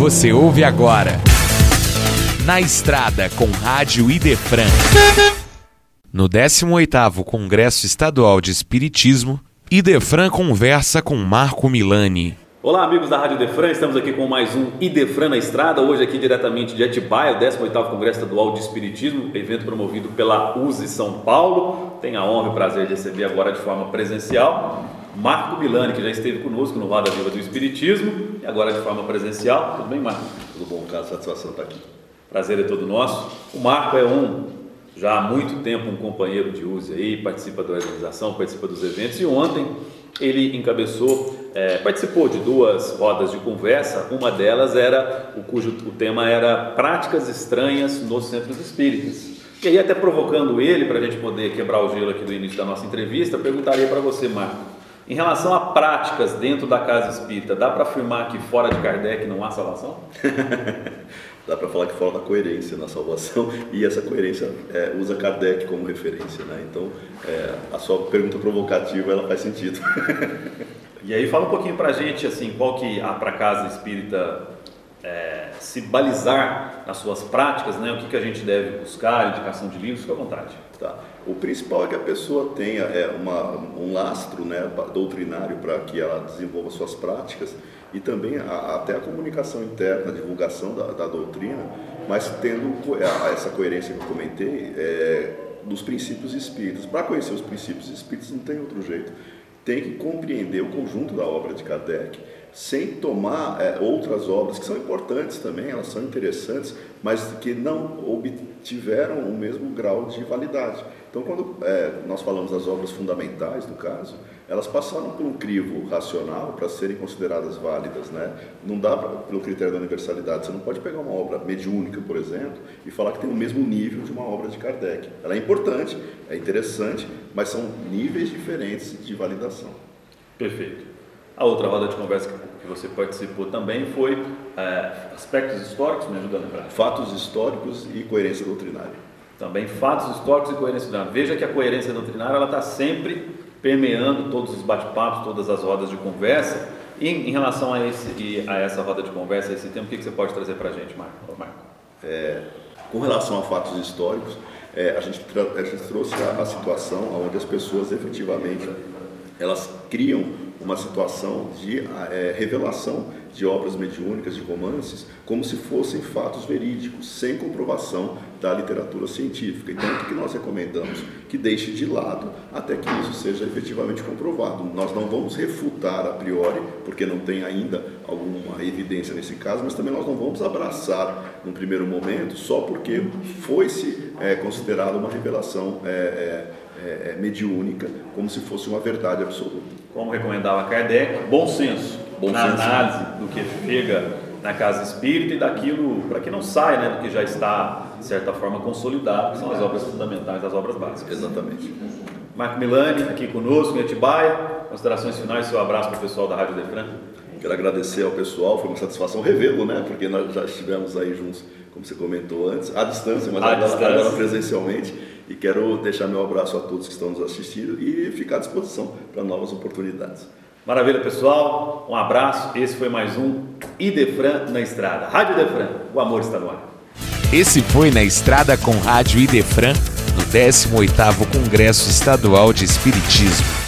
Você ouve agora Na Estrada com Rádio Idefran. No 18º Congresso Estadual de Espiritismo, Idefran conversa com Marco Milani. Olá, amigos da Rádio Idefran, estamos aqui com mais um Idefran na Estrada, hoje aqui diretamente de Atibaia, o 18º Congresso Estadual de Espiritismo, evento promovido pela USE São Paulo. Tenho a honra e o prazer de receber agora de forma presencial Marco Milani, que já esteve conosco no Roda Viva do Espiritismo, e agora de forma presencial. Tudo bem, Marco? Tudo bom, cara, satisfação estar aqui. Prazer é todo nosso. O Marco é já há muito tempo um companheiro de USE aí, participa da organização, participa dos eventos, e ontem ele participou de duas rodas de conversa. Uma delas cujo tema era práticas estranhas nos centros espíritas. E aí, até provocando ele, para a gente poder quebrar o gelo aqui do início da nossa entrevista, perguntaria para você, Marco, em relação a práticas dentro da casa espírita, dá para afirmar que fora de Kardec não há salvação? Dá para falar que fala da coerência na salvação, e essa coerência usa Kardec como referência, né? Então, a sua pergunta provocativa, ela faz sentido. E aí, fala um pouquinho para a gente, assim, qual que há para a casa espírita se balizar nas suas práticas, né? O que a gente deve buscar, indicação de livros, fica à vontade. Tá. O principal é que a pessoa tenha um lastro, né, doutrinário para que ela desenvolva suas práticas, e também até a comunicação interna, a divulgação da doutrina, mas tendo essa coerência que eu comentei dos princípios espíritas. Para conhecer os princípios espíritas não tem outro jeito, tem que compreender o conjunto da obra de Kardec, sem tomar outras obras que são importantes também, elas são interessantes, mas que não obtiveram o mesmo grau de validade. Então, quando nós falamos das obras fundamentais, no caso, elas passaram por um crivo racional para serem consideradas válidas, né? Não dá pelo critério da universalidade. Você não pode pegar uma obra mediúnica, por exemplo, e falar que tem o mesmo nível de uma obra de Kardec. Ela é importante, é interessante, mas são níveis diferentes de validação. Perfeito. A outra roda de conversa que você participou também foi aspectos históricos, me ajuda a lembrar? Fatos históricos e coerência doutrinária. Também fatos históricos e coerência doutrinária. Veja que a coerência doutrinária ela está sempre permeando todos os bate-papos, todas as rodas de conversa. E em relação a essa roda de conversa, a esse tema, o que você pode trazer para a gente, Marco? Com relação a fatos históricos, a gente trouxe a situação onde as pessoas efetivamente elas criam uma situação de revelação de obras mediúnicas, de romances, como se fossem fatos verídicos, sem comprovação da literatura científica. Então, o que nós recomendamos? Que deixe de lado até que isso seja efetivamente comprovado. Nós não vamos refutar a priori, porque não tem ainda alguma evidência nesse caso, mas também nós não vamos abraçar, num primeiro momento, só porque foi-se considerada uma revelação mediúnica, como se fosse uma verdade absoluta. Como recomendava Kardec, bom senso na análise do que chega na casa espírita e daquilo, para que não saia, né, do que já está, de certa forma, consolidado, que são as obras fundamentais, as obras básicas. Exatamente. Marco Milani, aqui conosco em Atibaia, considerações finais, seu abraço para o pessoal da Rádio Idefran. Quero agradecer ao pessoal, foi uma satisfação revê-lo, né, porque nós já estivemos aí juntos, como você comentou antes, à distância, mas agora presencialmente, e quero deixar meu abraço a todos que estão nos assistindo e ficar à disposição para novas oportunidades. Maravilha, pessoal, um abraço, esse foi mais um Idefran na Estrada. Rádio Idefran, o amor está no ar. Esse foi Na Estrada com Rádio Idefran, no 18º Congresso Estadual de Espiritismo.